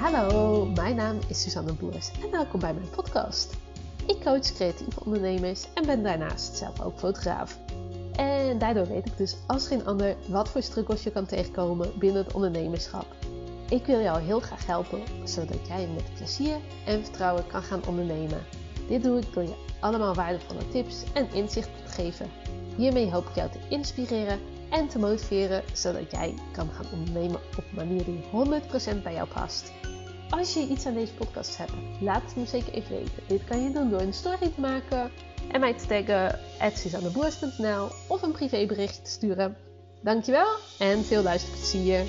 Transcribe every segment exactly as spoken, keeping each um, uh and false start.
Hallo, mijn naam is Suzanne Boers en welkom bij mijn podcast. Ik coach creatieve ondernemers en ben daarnaast zelf ook fotograaf. En daardoor weet ik dus als geen ander wat voor struggles je kan tegenkomen binnen het ondernemerschap. Ik wil jou heel graag helpen, zodat jij met plezier en vertrouwen kan gaan ondernemen. Dit doe ik door je allemaal waardevolle tips en inzichten te geven. Hiermee hoop ik jou te inspireren en te motiveren, zodat jij kan gaan ondernemen op een manier die honderd procent bij jou past. Als je iets aan deze podcast hebt, laat het me zeker even weten. Dit kan je doen door een story te maken en mij te taggen at suzanneboers punt n l of een privébericht te sturen. Dankjewel en veel luisterplezier.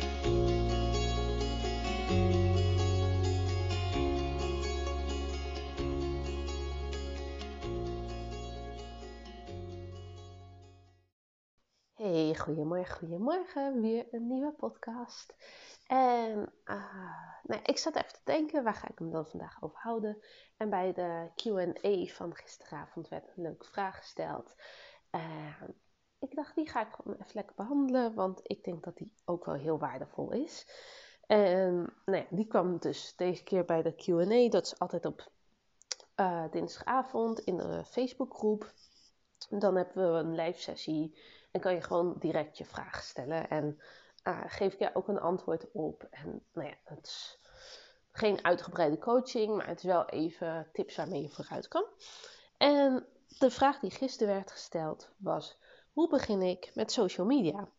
Hey, goedemorgen, goedemorgen. Weer een nieuwe podcast. En uh, nou, ik zat even te denken, waar ga ik hem dan vandaag over houden? En bij de Q en A van gisteravond werd een leuke vraag gesteld. Uh, ik dacht, die ga ik gewoon even lekker behandelen, want ik denk dat die ook wel heel waardevol is. En nou ja, die kwam dus deze keer bij de Q en A. Dat is altijd op uh, dinsdagavond in de Facebookgroep. Dan hebben we een live sessie en kan je gewoon direct je vraag stellen. En uh, geef ik je ook een antwoord op. En nou ja, het is geen uitgebreide coaching, maar het is wel even tips waarmee je vooruit kan. En de vraag die gisteren werd gesteld was: hoe begin ik met social media?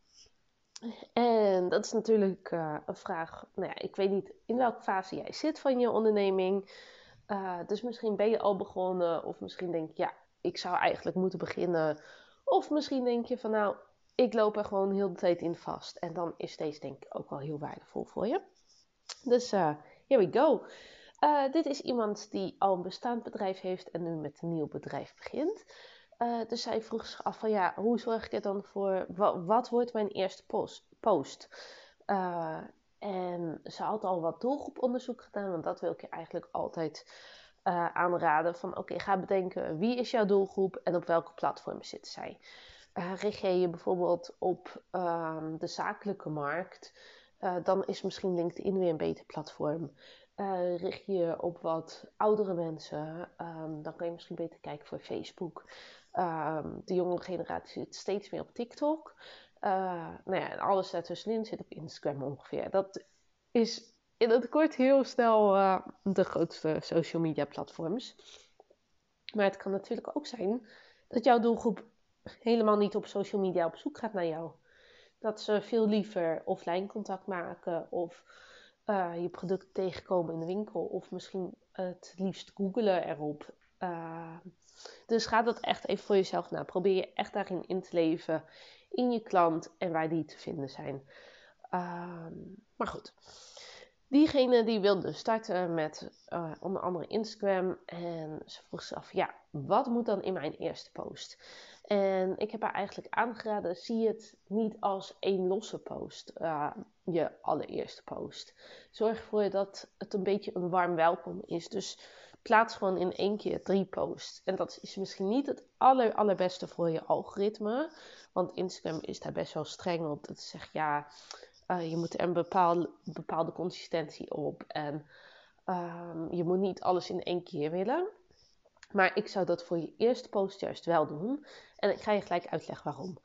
En dat is natuurlijk uh, een vraag, nou ja, ik weet niet in welke fase jij zit van je onderneming. Uh, dus misschien ben je al begonnen of misschien denk je, ja, ik zou eigenlijk moeten beginnen. Of misschien denk je van, nou, ik loop er gewoon heel de tijd in vast. En dan is deze denk ik ook wel heel waardevol voor je. Dus uh, here we go. Uh, dit is iemand die al een bestaand bedrijf heeft en nu met een nieuw bedrijf begint. Uh, dus zij vroeg zich af van, ja, hoe zorg ik er dan voor? Wat, wat wordt mijn eerste post? post? Uh, en ze had al wat doelgroeponderzoek gedaan, want dat wil ik je eigenlijk altijd uh, aanraden. Van oké, okay, ga bedenken wie is jouw doelgroep en op welke platformen zitten zij. Uh, richt je je bijvoorbeeld op uh, de zakelijke markt, uh, dan is misschien LinkedIn weer een beter platform. Uh, richt je je op wat oudere mensen, um, dan kan je misschien beter kijken voor Facebook. Um, de jongere generatie zit steeds meer op TikTok. Uh, nou ja, en alles daartussenin zit op Instagram ongeveer. Dat is in het kort heel snel uh, de grootste social media platforms. Maar het kan natuurlijk ook zijn dat jouw doelgroep helemaal niet op social media op zoek gaat naar jou. Dat ze veel liever offline contact maken of uh, je product tegenkomen in de winkel of misschien het liefst googelen erop. Uh, dus ga dat echt even voor jezelf na. Probeer je echt daarin in te leven in je klant en waar die te vinden zijn. Uh, maar goed. Diegene die wilde starten met uh, onder andere Instagram. En ze vroeg zich af, ja, wat moet dan in mijn eerste post? En ik heb haar eigenlijk aangeraden, zie het niet als één losse post. Uh, je allereerste post. Zorg ervoor dat het een beetje een warm welkom is. Dus plaats gewoon in één keer drie posts. En dat is misschien niet het aller, allerbeste voor je algoritme. Want Instagram is daar best wel streng op. Dat zegt, ja, uh, je moet er een bepaalde, bepaalde consistentie op. En um, je moet niet alles in één keer willen. Maar ik zou dat voor je eerste post juist wel doen. En ik ga je gelijk uitleggen waarom.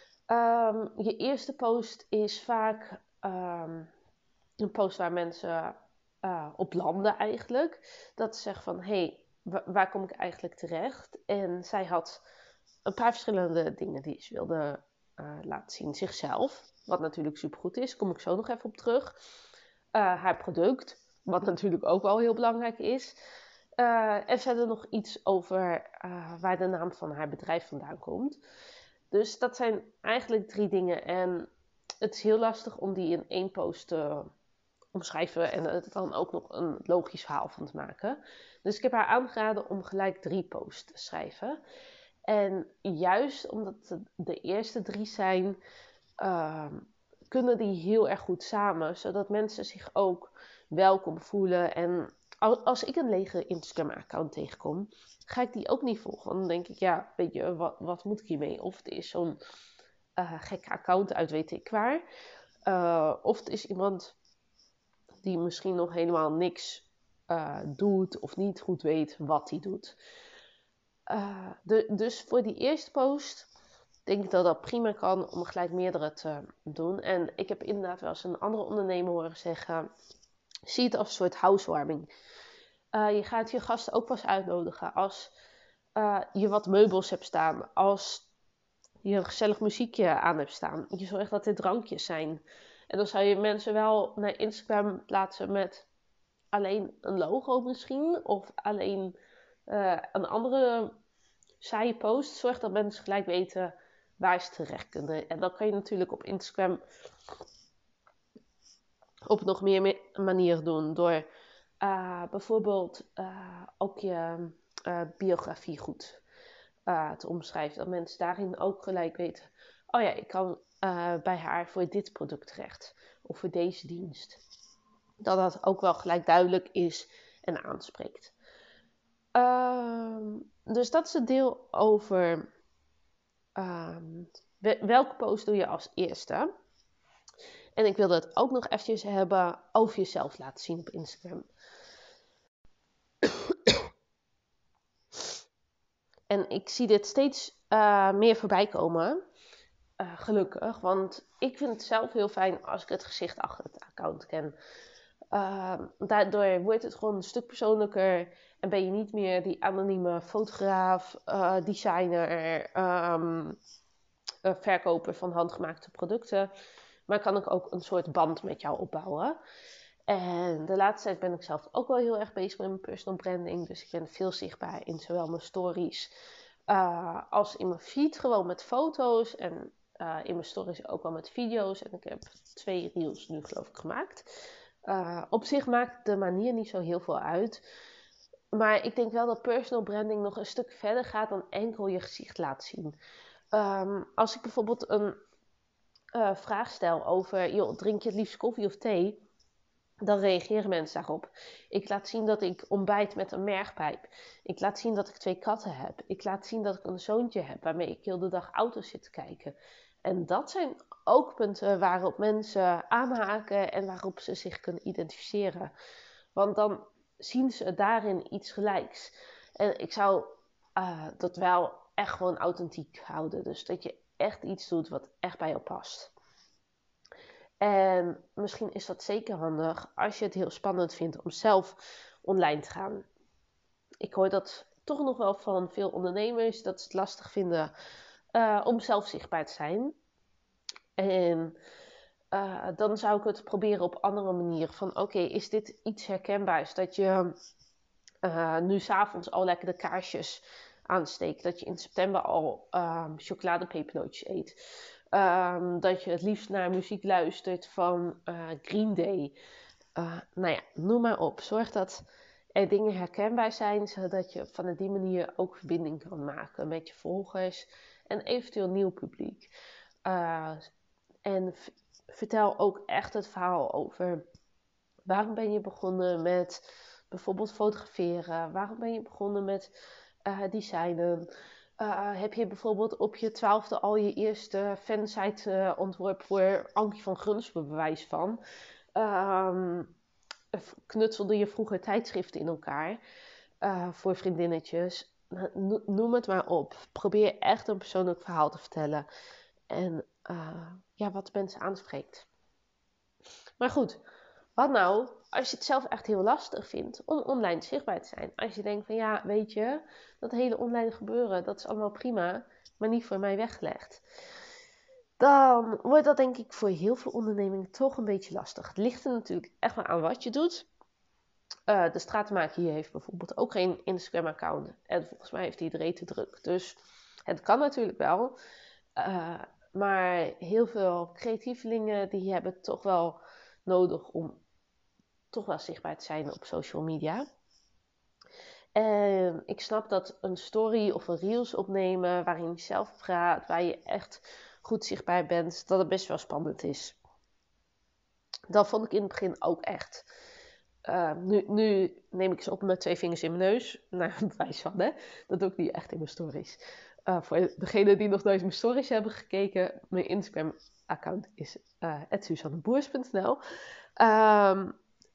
Um, je eerste post is vaak um, een post waar mensen uh, op landen eigenlijk. Dat ze zeggen van, hé, hey, w- waar kom ik eigenlijk terecht? En zij had een paar verschillende dingen die ze wilde uh, laten zien. Zichzelf, wat natuurlijk supergoed is. Daar kom ik zo nog even op terug. Uh, haar product, wat natuurlijk ook wel heel belangrijk is. Uh, en verder nog iets over uh, waar de naam van haar bedrijf vandaan komt. Dus dat zijn eigenlijk drie dingen. En het is heel lastig om die in één post te omschrijven en er dan ook nog een logisch verhaal van te maken. Dus ik heb haar aangeraden om gelijk drie posts te schrijven. En juist omdat de eerste drie zijn, uh, kunnen die heel erg goed samen. Zodat mensen zich ook welkom voelen. En als ik een lege Instagram-account tegenkom, ga ik die ook niet volgen. Want dan denk ik, ja, weet je, wat, wat moet ik hiermee? Of het is zo'n uh, gekke account uit weet ik waar. Uh, of het is iemand die misschien nog helemaal niks uh, doet of niet goed weet wat hij doet. Uh, de, dus voor die eerste post denk ik dat dat prima kan om gelijk meerdere te doen. En ik heb inderdaad wel eens een andere ondernemer horen zeggen, zie het als een soort housewarming. Uh, je gaat je gasten ook pas uitnodigen als uh, je wat meubels hebt staan, als je een gezellig muziekje aan hebt staan. Je zorgt dat er drankjes zijn. En dan zou je mensen wel naar Instagram plaatsen met alleen een logo misschien. Of alleen uh, een andere saaie post. Zorg dat mensen gelijk weten waar ze terecht kunnen. En dan kan je natuurlijk op Instagram op nog meer manieren doen. Door uh, bijvoorbeeld uh, ook je uh, biografie goed uh, te omschrijven. Dat mensen daarin ook gelijk weten, oh ja, ik kan uh, bij haar voor dit product terecht. Of voor deze dienst. Dat dat ook wel gelijk duidelijk is en aanspreekt. Uh, dus dat is het deel over uh, welke post doe je als eerste. En ik wilde het ook nog eventjes hebben over jezelf laten zien op Instagram. En ik zie dit steeds uh, meer voorbij komen. Uh, gelukkig, want ik vind het zelf heel fijn als ik het gezicht achter het account ken. Uh, daardoor wordt het gewoon een stuk persoonlijker en ben je niet meer die anonieme fotograaf, uh, designer, um, uh, verkoper van handgemaakte producten. Maar kan ik ook een soort band met jou opbouwen. En de laatste tijd ben ik zelf ook wel heel erg bezig met mijn personal branding. Dus ik ben veel zichtbaar in zowel mijn stories uh, als in mijn feed. Gewoon met foto's en uh, in mijn stories ook wel met video's. En ik heb twee reels nu geloof ik gemaakt. Uh, op zich maakt de manier niet zo heel veel uit. Maar ik denk wel dat personal branding nog een stuk verder gaat dan enkel je gezicht laten zien. Um, als ik bijvoorbeeld een uh, vraag stel over, joh, drink je het liefst koffie of thee? Dan reageren mensen daarop. Ik laat zien dat ik ontbijt met een mergpijp. Ik laat zien dat ik twee katten heb. Ik laat zien dat ik een zoontje heb waarmee ik heel de dag auto's zit te kijken. En dat zijn ook punten waarop mensen aanhaken en waarop ze zich kunnen identificeren. Want dan zien ze daarin iets gelijks. En ik zou uh, dat wel echt gewoon authentiek houden. Dus dat je echt iets doet wat echt bij jou past. En misschien is dat zeker handig als je het heel spannend vindt om zelf online te gaan. Ik hoor dat toch nog wel van veel ondernemers dat ze het lastig vinden uh, om zelf zichtbaar te zijn. En uh, dan zou ik het proberen op andere manieren. Van oké, okay, is dit iets herkenbaars? Dat je uh, nu 's avonds al lekker de kaarsjes aansteekt. Dat je in september al uh, chocoladepepernootjes eet. Um, dat je het liefst naar muziek luistert van uh, Green Day. Uh, nou ja, noem maar op. Zorg dat er dingen herkenbaar zijn, zodat je van die manier ook verbinding kan maken met je volgers en eventueel nieuw publiek. Uh, en v- vertel ook echt het verhaal over waarom ben je begonnen met bijvoorbeeld fotograferen? Waarom ben je begonnen met uh, designen? Uh, heb je bijvoorbeeld op je twaalfde al je eerste fansite uh, ontworpen voor Ankie van Grunspen, bewijs van? Um, knutselde je vroeger tijdschriften in elkaar uh, voor vriendinnetjes? No- noem het maar op. Probeer echt een persoonlijk verhaal te vertellen. En uh, ja, wat mensen aanspreekt. Maar goed, wat nou als je het zelf echt heel lastig vindt om online zichtbaar te zijn? Als je denkt van ja, weet je, dat hele online gebeuren, dat is allemaal prima, maar niet voor mij weggelegd. Dan wordt dat denk ik voor heel veel ondernemingen toch een beetje lastig. Het ligt er natuurlijk echt wel aan wat je doet. Uh, de stratenmaker hier heeft bijvoorbeeld ook geen Instagram-account. En volgens mij heeft hij het rete druk. Dus het kan natuurlijk wel. Uh, maar heel veel creatievelingen die hebben het toch wel nodig om toch wel zichtbaar te zijn op social media. En ik snap dat een story of een reels opnemen waarin je zelf praat, waar je echt goed zichtbaar bent, dat het best wel spannend is. Dat vond ik in het begin ook echt. Uh, nu, nu neem ik ze op met twee vingers in mijn neus. Nou, bewijs van, hè. Dat doe ik niet echt in mijn stories. Uh, voor degenen die nog nooit mijn stories hebben gekeken, mijn Instagram account is uh, at suzanneboers punt n l. Um,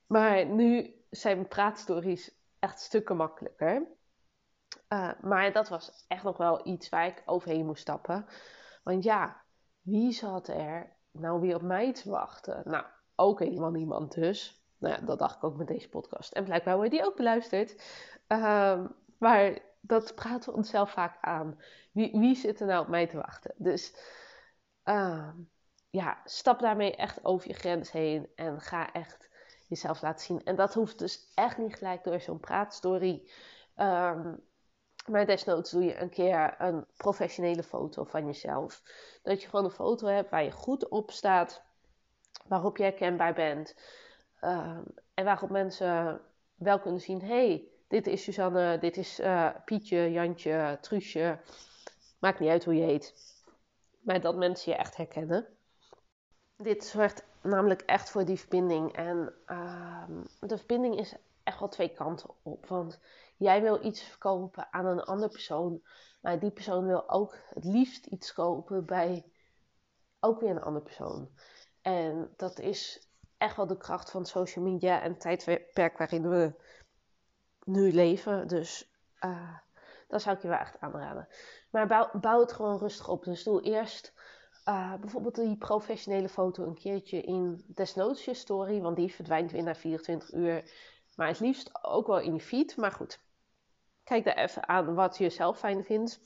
Maar nu zijn mijn praatstories echt stukken makkelijker. Uh, maar dat was echt nog wel iets waar ik overheen moest stappen. Want ja, wie zat er nou weer op mij te wachten? Nou, ook helemaal niemand dus. Nou ja, dat dacht ik ook met deze podcast. En blijkbaar wordt die ook beluisterd. Uh, maar dat praten we onszelf vaak aan. Wie, wie zit er nou op mij te wachten? Dus uh, ja, stap daarmee echt over je grens heen. En ga echt jezelf laten zien. En dat hoeft dus echt niet gelijk door zo'n praatstory. Um, Maar desnoods doe je een keer een professionele foto van jezelf. Dat je gewoon een foto hebt waar je goed op staat. Waarop je herkenbaar bent. Um, en waarop mensen wel kunnen zien. Hé, hey, dit is Suzanne, dit is uh, Pietje, Jantje, Truusje. Maakt niet uit hoe je heet. Maar dat mensen je echt herkennen. Dit zorgt namelijk echt voor die verbinding. En uh, de verbinding is echt wel twee kanten op. Want jij wil iets verkopen aan een andere persoon. Maar die persoon wil ook het liefst iets kopen bij ook weer een andere persoon. En dat is echt wel de kracht van social media en het tijdperk waarin we nu leven. Dus uh, dat zou ik je wel echt aanraden. Maar bouw, bouw het gewoon rustig op. Dus doe eerst uh, bijvoorbeeld die professionele foto een keertje in desnoods je story. Want die verdwijnt weer na vierentwintig uur. Maar het liefst ook wel in je feed. Maar goed, kijk daar even aan wat je zelf fijn vindt.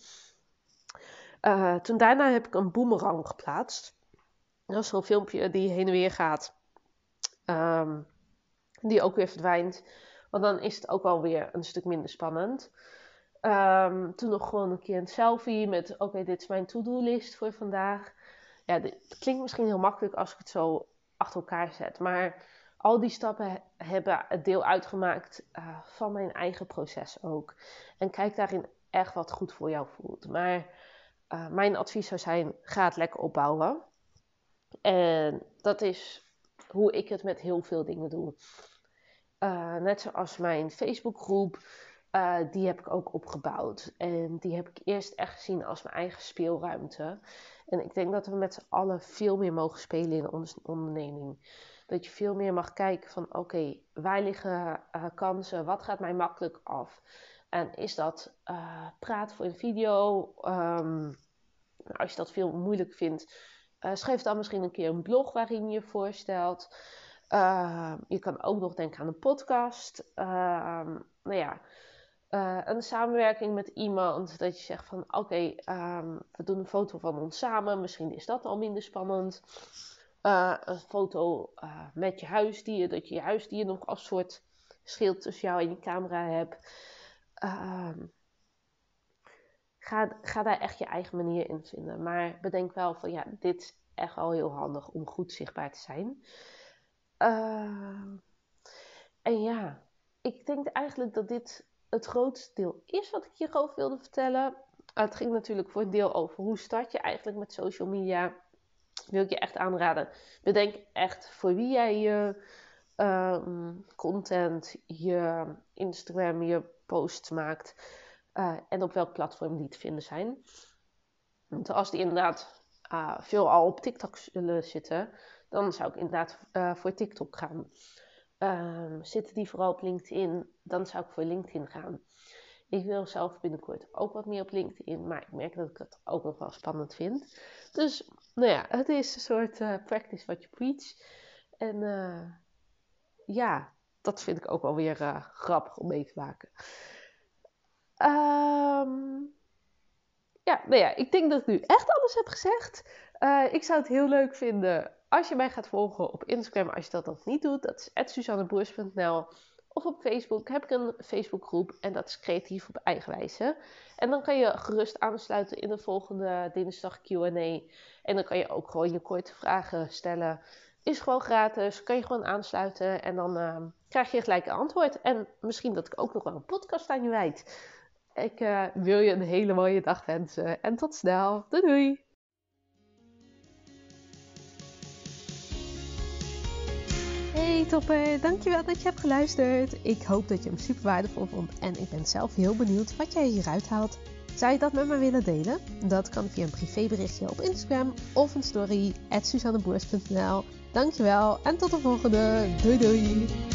Uh, toen daarna heb ik een boomerang geplaatst. Dat is zo'n filmpje die heen en weer gaat. Um, die ook weer verdwijnt. Want dan is het ook wel weer een stuk minder spannend. Um, toen nog gewoon een keer een selfie met... Oké, okay, dit is mijn to-do-list voor vandaag. Ja, dit klinkt misschien heel makkelijk als ik het zo achter elkaar zet. Maar al die stappen hebben het deel uitgemaakt uh, van mijn eigen proces ook. En kijk daarin echt wat goed voor jou voelt. Maar uh, mijn advies zou zijn, ga het lekker opbouwen. En dat is hoe ik het met heel veel dingen doe. Uh, net zoals mijn Facebookgroep, uh, die heb ik ook opgebouwd. En die heb ik eerst echt gezien als mijn eigen speelruimte. En ik denk dat we met z'n allen veel meer mogen spelen in onze onderneming. Dat je veel meer mag kijken van oké, okay, waar liggen uh, kansen? Wat gaat mij makkelijk af? En is dat uh, praten voor een video? Um, als je dat veel moeilijk vindt, uh, schrijf dan misschien een keer een blog waarin je je voorstelt. Uh, je kan ook nog denken aan een podcast. Uh, nou ja, uh, een samenwerking met iemand. Dat je zegt van oké, okay, um, we doen een foto van ons samen. Misschien is dat al minder spannend. Uh, een foto uh, met je huisdier. Dat je je huisdier nog als soort schild tussen jou en je camera hebt. Uh, ga, ga daar echt je eigen manier in vinden. Maar bedenk wel van ja, dit is echt wel heel handig om goed zichtbaar te zijn. Uh, en ja, ik denk eigenlijk dat dit het grootste deel is wat ik hierover wilde vertellen. Uh, het ging natuurlijk voor een deel over hoe start je eigenlijk met social media. Wil ik je echt aanraden. Bedenk echt voor wie jij je uh, content, je Instagram, je posts maakt. Uh, en op welk platform die te vinden zijn. Want als die inderdaad uh, veel al op TikTok zullen zitten, dan zou ik inderdaad uh, voor TikTok gaan. Uh, zitten die vooral op LinkedIn, dan zou ik voor LinkedIn gaan. Ik wil zelf binnenkort ook wat meer op LinkedIn, maar ik merk dat ik het ook nog wel spannend vind. Dus, nou ja, het is een soort uh, practice what you preach. En uh, ja, dat vind ik ook wel weer uh, grappig om mee te maken. Um, ja, nou ja, ik denk dat ik nu echt alles heb gezegd. Uh, ik zou het heel leuk vinden als je mij gaat volgen op Instagram, als je dat nog niet doet. Dat is at suzanneboers punt n l. Of op Facebook heb ik een Facebookgroep en dat is Creatief op Eigen Wijze. En dan kan je gerust aansluiten in de volgende dinsdag Q en A. En dan kan je ook gewoon je korte vragen stellen. Is gewoon gratis, kan je gewoon aansluiten en dan uh, krijg je gelijk een antwoord. En misschien dat ik ook nog wel een podcast aan je wijd. Ik uh, wil je een hele mooie dag wensen en tot snel. Doei doei! Hey topper, dankjewel dat je hebt geluisterd. Ik hoop dat je hem super waardevol vond en ik ben zelf heel benieuwd wat jij hieruit haalt. Zou je dat met me willen delen? Dat kan via een privéberichtje op Instagram of een story at suzanneboers punt n l. Dankjewel en tot de volgende. Doei doei!